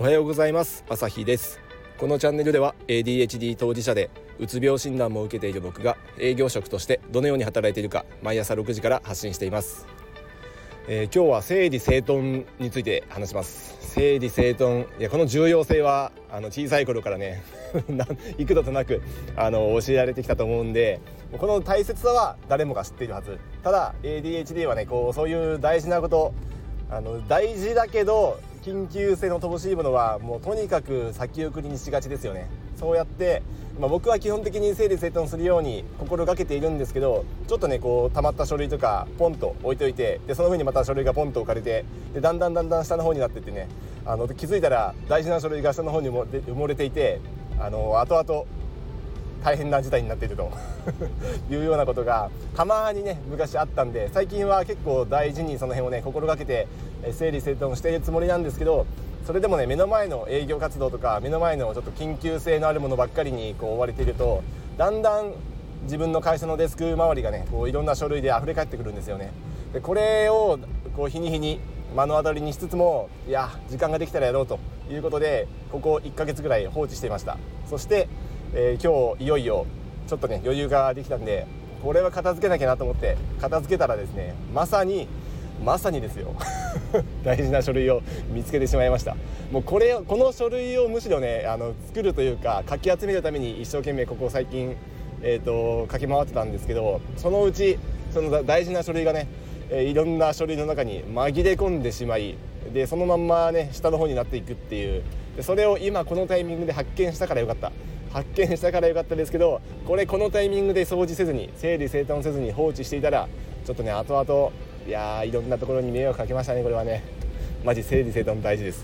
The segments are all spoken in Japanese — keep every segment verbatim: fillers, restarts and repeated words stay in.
はようございます。朝日です。このチャンネルでは エーディーエイチディー 当事者でうつ病診断も受けている僕が営業職としてどのように働いているか毎朝ろくじから発信しています。えー、今日は整理整頓について話します。整理整頓、いやこの重要性はあの小さい頃からね幾度となくあの教えられてきたと思うんで、この大切さは誰もが知っているはず。ただ エーディーエイチディー はねこうそういう大事なこと、あの大事だけど緊急性の乏しいものはもうとにかく先送りにしがちですよね。そうやって、まあ、僕は基本的に整理整頓するように心がけているんですけど、ちょっとねこう溜まった書類とかポンと置いといて、でその上にまた書類がポンと置かれて、でだんだんだんだん下の方になっていってね、あの気づいたら大事な書類が下の方にも埋もれていて、あの後々大変な事態になっているというようなことがたまにね昔あったんで、最近は結構大事にその辺をね心がけて整理整頓しているつもりなんですけど、それでもね目の前の営業活動とか目の前のちょっと緊急性のあるものばっかりにこう追われていると、だんだん自分の会社のデスク周りがねこういろんな書類で溢れ返ってくるんですよね。でこれをこう日に日に目の当たりにしつつも、いや時間ができたらやろうということでここいっかげつぐらい放置していました。そしてえー、今日いよいよちょっとね余裕ができたんで、これは片付けなきゃなと思って片付けたらですね、まさにまさにですよ大事な書類を見つけてしまいました。もうこれこの書類をむしろねあの作るというかかき集めるために一生懸命ここ最近、えー、と書き回ってたんですけど、そのうちその大事な書類がね、えー、いろんな書類の中に紛れ込んでしまい、でそのまんまね下の方になっていくっていう、でそれを今このタイミングで発見したからよかった発見したからよかったですけど、これこのタイミングで掃除せずに整理整頓せずに放置していたら、ちょっとね後々いやーいろんなところに迷惑かけましたね。これはねマジ整理整頓大事です。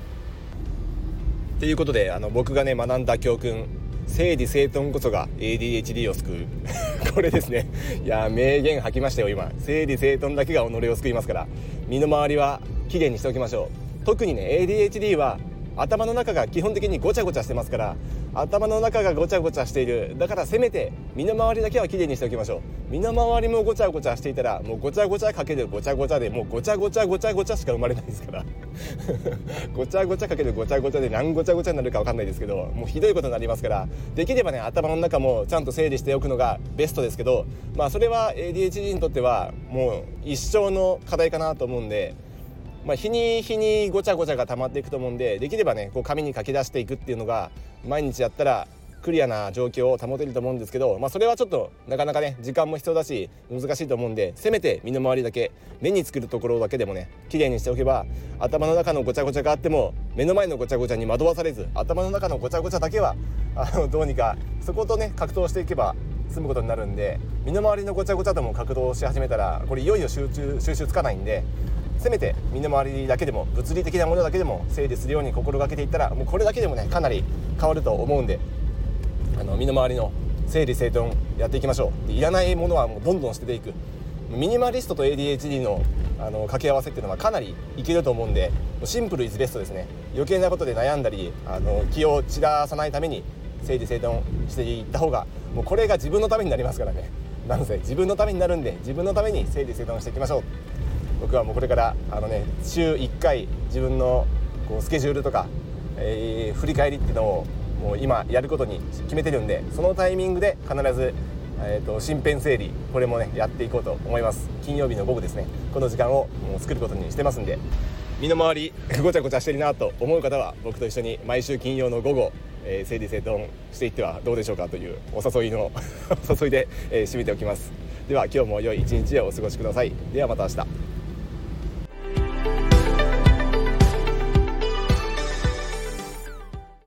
ということであの僕がね学んだ教訓、整理整頓こそが エーディーエイチディー を救うこれですね。いや名言吐きましたよ今。整理整頓だけが己を救いますから、身の回りはきれいにしておきましょう。特にね エーディーエイチディー は頭の中が基本的にごちゃごちゃしてますから、頭の中がごちゃごちゃしている。だからせめて身の回りだけはきれいにしておきましょう。身の回りもごちゃごちゃしていたらもうごちゃごちゃかけるごちゃごちゃでもうごちゃごちゃごちゃごちゃしか生まれないですからごちゃごちゃかけるごちゃごちゃで何ごちゃごちゃになるか分かんないですけど、もうひどいことになりますから、できればね頭の中もちゃんと整理しておくのがベストですけど、まあそれは エーディーエイチディー にとってはもう一生の課題かなと思うんで、まあ、日に日にごちゃごちゃが溜まっていくと思うんで、できればねこう紙に書き出していくっていうのが毎日やったらクリアな状況を保てると思うんですけど、まあ、それはちょっとなかなかね時間も必要だし難しいと思うんで、せめて身の回りだけ目につくるところだけでもねきれいにしておけば、頭の中のごちゃごちゃがあっても目の前のごちゃごちゃに惑わされず、頭の中のごちゃごちゃだけはあのどうにかそことね格闘していけば済むことになるんで、身の回りのごちゃごちゃとも格闘し始めたらこれいよいよ集中収集つかないんで、せめて身の回りだけでも物理的なものだけでも整理するように心がけていったら、もうこれだけでもねかなり変わると思うんで、あの身の回りの整理整頓やっていきましょう。でいらないものはもうどんどん捨てていく。ミニマリストと エーディーエイチディー の, あの掛け合わせっていうのはかなりいけると思うんで、シンプルイズベストですね。余計なことで悩んだりあの気を散らさないために整理整頓していった方が、もうこれが自分のためになりますからね。なので自分のためになるんで、自分のために整理整頓していきましょう。僕はもうこれからあの、ね、週いっかい自分のこうスケジュールとか、えー、振り返りっていうのをもう今やることに決めてるんで、そのタイミングで必ず、えー、と身辺整理これもねやっていこうと思います。金曜日の午後ですね、この時間をもう作ることにしてますんで、身の回りごちゃごちゃしてるなと思う方は僕と一緒に毎週金曜の午後、えー、整理整頓していってはどうでしょうかというお誘いのお誘いで、えー、締めておきます。では今日も良い一日をお過ごしください。ではまた明日。